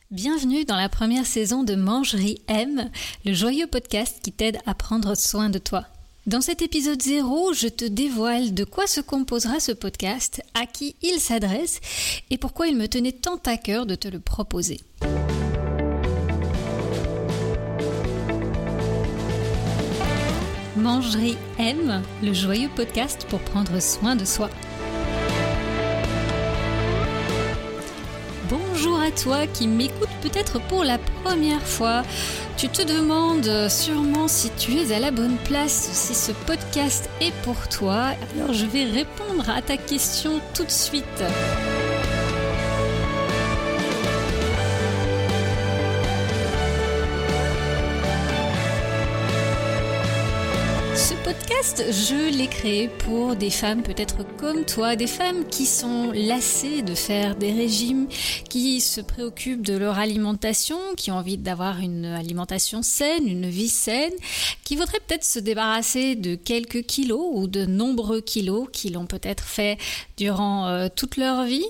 Bienvenue dans la première saison de Mangerie M, le joyeux podcast qui t'aide à prendre soin de toi. Dans cet épisode 0, je te dévoile de quoi se composera ce podcast, à qui il s'adresse et pourquoi il me tenait tant à cœur de te le proposer. Mangerie M, le joyeux podcast pour prendre soin de soi. Bonjour à toi qui m'écoutes peut-être pour la première fois. Tu te demandes sûrement si tu es à la bonne place, si ce podcast est pour toi. Alors je vais répondre à ta question tout de suite. Ce podcast, je l'ai créé pour des femmes peut-être comme toi, des femmes qui sont lassées de faire des régimes, qui se préoccupent de leur alimentation, qui ont envie d'avoir une alimentation saine, une vie saine, qui voudraient peut-être se débarrasser de quelques kilos ou de nombreux kilos qui l'ont peut-être fait durant toute leur vie.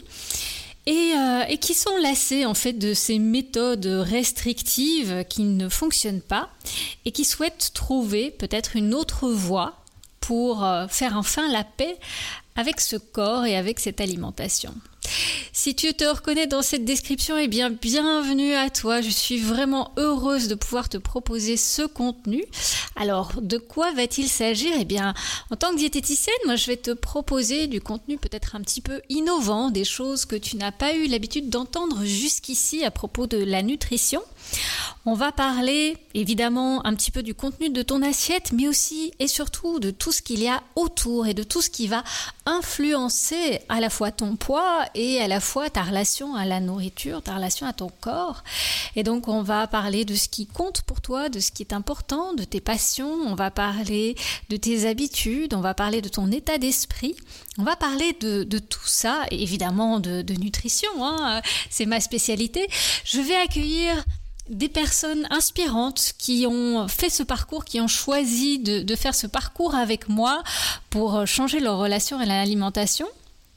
Et qui sont lassés en fait de ces méthodes restrictives qui ne fonctionnent pas et qui souhaitent trouver peut-être une autre voie pour faire enfin la paix avec ce corps et avec cette alimentation. Si tu te reconnais dans cette description, eh bien bienvenue à toi. Je suis vraiment heureuse de pouvoir te proposer ce contenu. Alors, de quoi va-t-il s'agir ? Eh bien, en tant que diététicienne, moi je vais te proposer du contenu peut-être un petit peu innovant, des choses que tu n'as pas eu l'habitude d'entendre jusqu'ici à propos de la nutrition. On va parler évidemment un petit peu du contenu de ton assiette, mais aussi et surtout de tout ce qu'il y a autour et de tout ce qui va influencer à la fois ton poids et à la fois ta relation à la nourriture, ta relation à ton corps. Et donc on va parler de ce qui compte pour toi, de ce qui est important, de tes passions, on va parler de tes habitudes, on va parler de ton état d'esprit, on va parler de tout ça, et évidemment de nutrition, c'est ma spécialité. Je vais accueillir des personnes inspirantes qui ont fait ce parcours, qui ont choisi de faire ce parcours avec moi pour changer leur relation à l'alimentation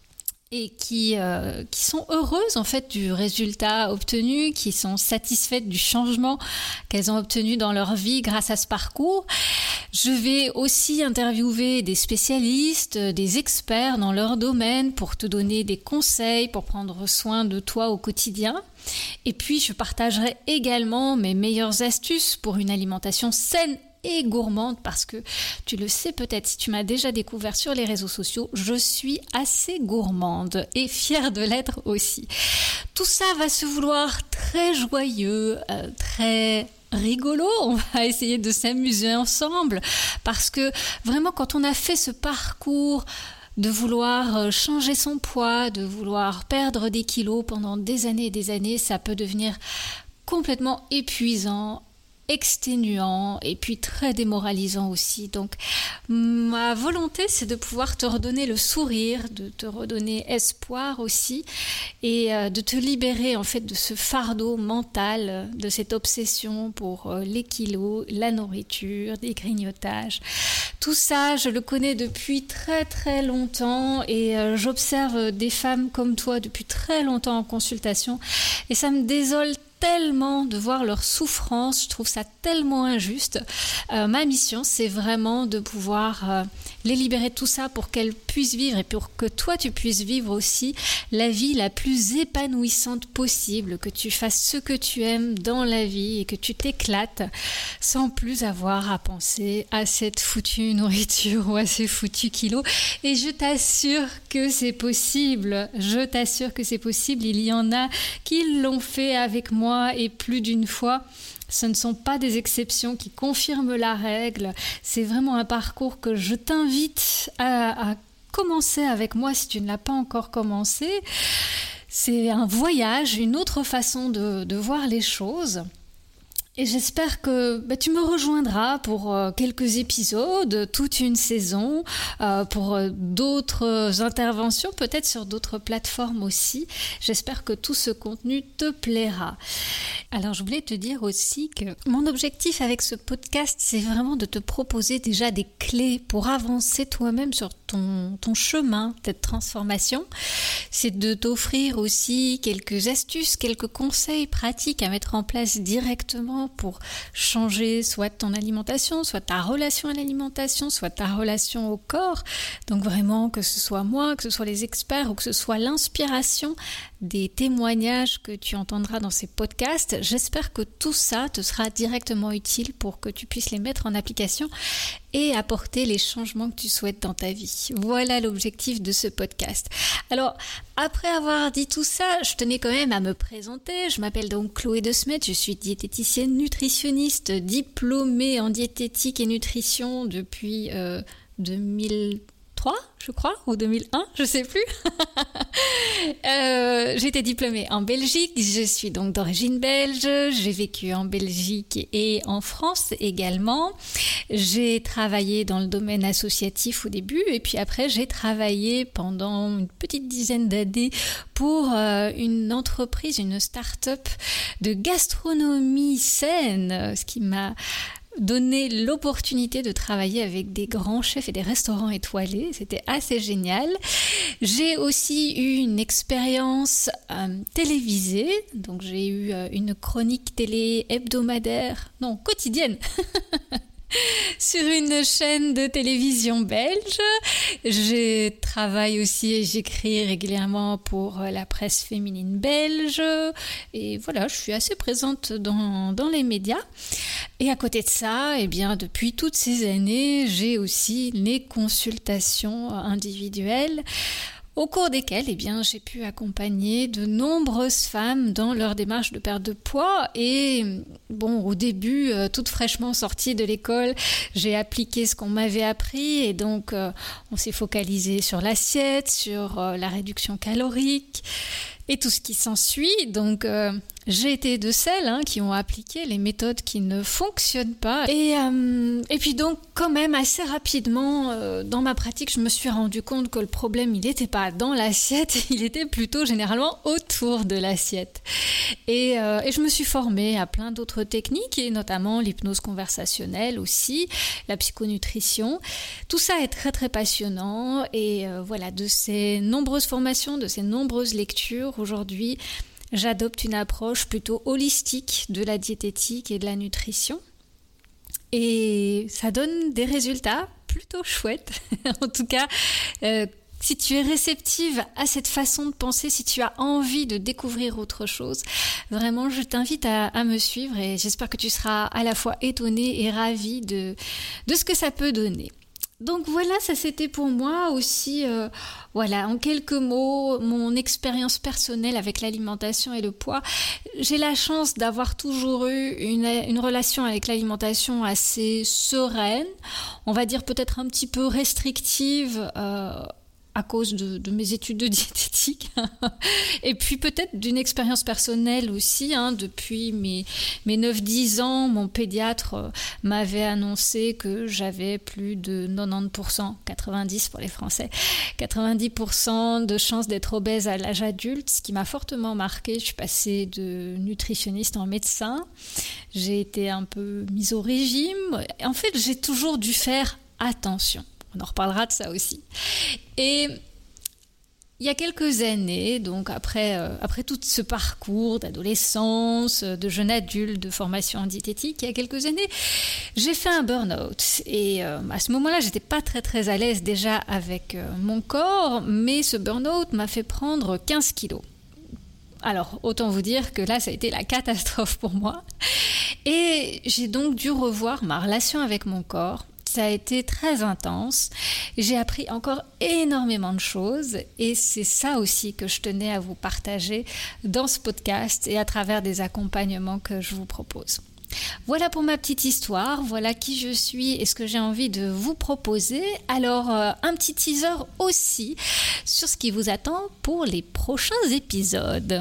et qui sont heureuses en fait du résultat obtenu, qui sont satisfaites du changement qu'elles ont obtenu dans leur vie grâce à ce parcours. Je vais aussi interviewer des spécialistes, des experts dans leur domaine pour te donner des conseils, pour prendre soin de toi au quotidien. Et puis je partagerai également mes meilleures astuces pour une alimentation saine et gourmande, parce que tu le sais peut-être si tu m'as déjà découvert sur les réseaux sociaux, je suis assez gourmande et fière de l'être aussi. Tout ça va se vouloir très joyeux, très rigolo, on va essayer de s'amuser ensemble, parce que vraiment quand on a fait ce parcours de vouloir changer son poids, de vouloir perdre des kilos pendant des années, ça peut devenir complètement épuisant, exténuant et puis très démoralisant aussi. Donc ma volonté, c'est de pouvoir te redonner le sourire, de te redonner espoir aussi et de te libérer en fait de ce fardeau mental, de cette obsession pour les kilos, la nourriture, des grignotages. Tout ça, je le connais depuis très très longtemps et j'observe des femmes comme toi depuis très longtemps en consultation et ça me désole tellement de voir leur souffrance, je trouve ça tellement injuste. Ma mission, c'est vraiment de pouvoir les libérer de tout ça pour qu'elles puissent vivre et pour que toi, tu puisses vivre aussi la vie la plus épanouissante possible, que tu fasses ce que tu aimes dans la vie et que tu t'éclates sans plus avoir à penser à cette foutue nourriture ou à ces foutus kilos. Et je t'assure que c'est possible, il y en a qui l'ont fait avec moi et plus d'une fois. Ce ne sont pas des exceptions qui confirment la règle. C'est vraiment un parcours que je t'invite à commencer avec moi si tu ne l'as pas encore commencé. C'est un voyage, une autre façon de voir les choses. Et j'espère que tu me rejoindras pour quelques épisodes, toute une saison, pour d'autres interventions, peut-être sur d'autres plateformes aussi. J'espère que tout ce contenu te plaira. Alors je voulais te dire aussi que mon objectif avec ce podcast, c'est vraiment de te proposer déjà des clés pour avancer toi-même sur ton chemin, cette transformation. C'est de t'offrir aussi quelques astuces, quelques conseils pratiques à mettre en place directement pour changer soit ton alimentation, soit ta relation à l'alimentation, soit ta relation au corps. Donc vraiment que ce soit moi, que ce soit les experts ou que ce soit l'inspiration des témoignages que tu entendras dans ces podcasts. J'espère que tout ça te sera directement utile pour que tu puisses les mettre en application et apporter les changements que tu souhaites dans ta vie. Voilà l'objectif de ce podcast. Alors, après avoir dit tout ça, je tenais quand même à me présenter. Je m'appelle donc Chloé De Smet, je suis diététicienne nutritionniste, diplômée en diététique et nutrition depuis 2003, je crois, ou 2001, je sais plus. J'ai été diplômée en Belgique, je suis donc d'origine belge, j'ai vécu en Belgique et en France également. J'ai travaillé dans le domaine associatif au début et puis après j'ai travaillé pendant une petite dizaine d'années pour une entreprise, une start-up de gastronomie saine, ce qui m'a donné l'opportunité de travailler avec des grands chefs et des restaurants étoilés. C'était assez génial. J'ai aussi eu une expérience télévisée. Donc j'ai eu une chronique télé quotidienne. Sur une chaîne de télévision belge. Je travaille aussi et j'écris régulièrement pour la presse féminine belge. Et voilà, je suis assez présente dans les médias. Et à côté de ça, eh bien, depuis toutes ces années, j'ai aussi les consultations individuelles au cours desquelles j'ai pu accompagner de nombreuses femmes dans leur démarche de perte de poids. Et bon, au début, toute fraîchement sortie de l'école, j'ai appliqué ce qu'on m'avait appris et donc on s'est focalisé sur l'assiette, sur la réduction calorique et tout ce qui s'ensuit. Donc j'ai été de celles qui ont appliqué les méthodes qui ne fonctionnent pas. Et puis donc quand même assez rapidement dans ma pratique, je me suis rendu compte que le problème il n'était pas dans l'assiette, il était plutôt généralement autour de l'assiette. Et je me suis formée à plein d'autres techniques et notamment l'hypnose conversationnelle aussi, la psychonutrition. Tout ça est très très passionnant et voilà, de ces nombreuses formations, de ces nombreuses lectures, aujourd'hui j'adopte une approche plutôt holistique de la diététique et de la nutrition. Et ça donne des résultats plutôt chouettes. En tout cas, si tu es réceptive à cette façon de penser, si tu as envie de découvrir autre chose, vraiment, je t'invite à me suivre et j'espère que tu seras à la fois étonnée et ravie de ce que ça peut donner. Donc voilà, ça c'était pour moi aussi, en quelques mots, mon expérience personnelle avec l'alimentation et le poids. J'ai la chance d'avoir toujours eu une relation avec l'alimentation assez sereine, on va dire peut-être un petit peu restrictive, à cause de mes études de diététique et puis peut-être d'une expérience personnelle aussi. Depuis mes 9-10 ans, mon pédiatre m'avait annoncé que j'avais plus de 90%, 90% pour les Français, 90% de chances d'être obèse à l'âge adulte, ce qui m'a fortement marquée. Je suis passée de nutritionniste en médecin, j'ai été un peu mise au régime. En fait, j'ai toujours dû faire attention. On en reparlera de ça aussi. Et il y a quelques années, donc après tout ce parcours d'adolescence, de jeune adulte, de formation en diététique, il y a quelques années, j'ai fait un burn-out. Et à ce moment-là, j'étais pas très très à l'aise déjà avec mon corps, mais ce burn-out m'a fait prendre 15 kilos. Alors, autant vous dire que là, ça a été la catastrophe pour moi. Et j'ai donc dû revoir ma relation avec mon corps. Ça a été très intense. J'ai appris encore énormément de choses et c'est ça aussi que je tenais à vous partager dans ce podcast et à travers des accompagnements que je vous propose. Voilà pour ma petite histoire, voilà qui je suis et ce que j'ai envie de vous proposer. Alors, un petit teaser aussi sur ce qui vous attend pour les prochains épisodes.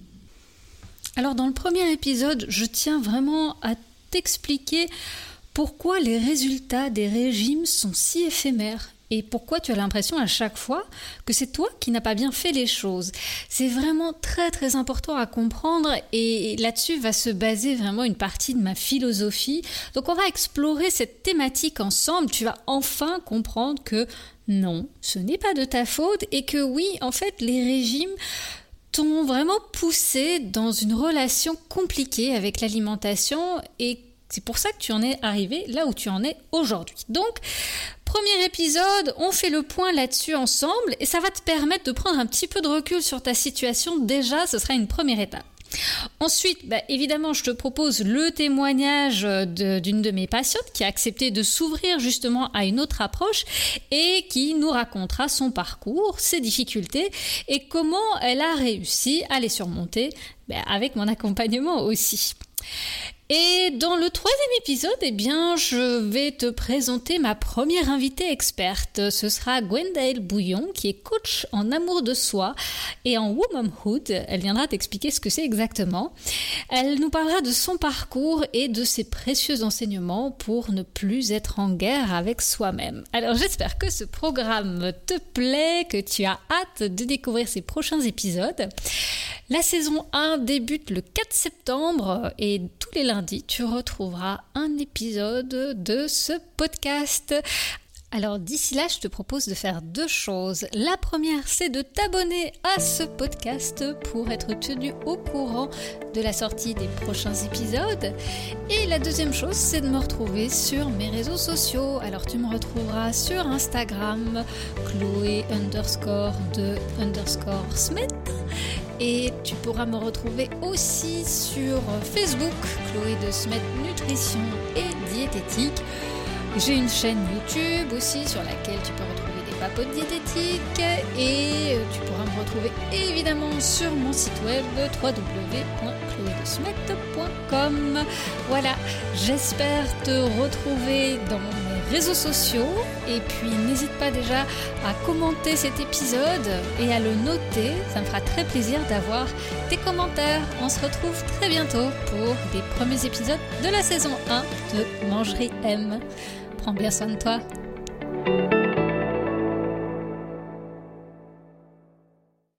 Alors, dans le premier épisode, je tiens vraiment à t'expliquer pourquoi les résultats des régimes sont si éphémères et pourquoi tu as l'impression à chaque fois que c'est toi qui n'as pas bien fait les choses. C'est vraiment très très important à comprendre et là-dessus va se baser vraiment une partie de ma philosophie. Donc on va explorer cette thématique ensemble. Tu vas enfin comprendre que non, ce n'est pas de ta faute et que oui, en fait, les régimes t'ont vraiment poussé dans une relation compliquée avec l'alimentation et c'est pour ça que tu en es arrivé là où tu en es aujourd'hui. Donc, premier épisode, on fait le point là-dessus ensemble et ça va te permettre de prendre un petit peu de recul sur ta situation. Déjà, ce sera une première étape. Ensuite, évidemment, je te propose le témoignage d'une de mes patientes qui a accepté de s'ouvrir justement à une autre approche et qui nous racontera son parcours, ses difficultés et comment elle a réussi à les surmonter avec mon accompagnement aussi. Et dans le troisième épisode, je vais te présenter ma première invitée experte. Ce sera Gwendaëlle Bouillon, qui est coach en amour de soi et en womanhood. Elle viendra t'expliquer ce que c'est exactement. Elle nous parlera de son parcours et de ses précieux enseignements pour ne plus être en guerre avec soi-même. Alors j'espère que ce programme te plaît, que tu as hâte de découvrir ces prochains épisodes. La saison 1 débute le 4 septembre et tous les lundis, tu retrouveras un épisode de ce podcast. Alors d'ici là, je te propose de faire 2 choses. La première, c'est de t'abonner à ce podcast pour être tenu au courant de la sortie des prochains épisodes. Et la deuxième chose, c'est de me retrouver sur mes réseaux sociaux. Alors tu me retrouveras sur Instagram, Chloé_de_Smet. Et tu pourras me retrouver aussi sur Facebook, Chloé de Smet Nutrition et Diététique. J'ai une chaîne YouTube aussi sur laquelle tu peux retrouver des papotes diététiques et tu pourras me retrouver évidemment sur mon site web www.chloedesmet.com. Voilà, j'espère te retrouver dans mes réseaux sociaux et puis n'hésite pas déjà à commenter cet épisode et à le noter, ça me fera très plaisir d'avoir tes commentaires. On se retrouve très bientôt pour les premiers épisodes de la saison 1 de Mangerie M. Prends bien soin de toi.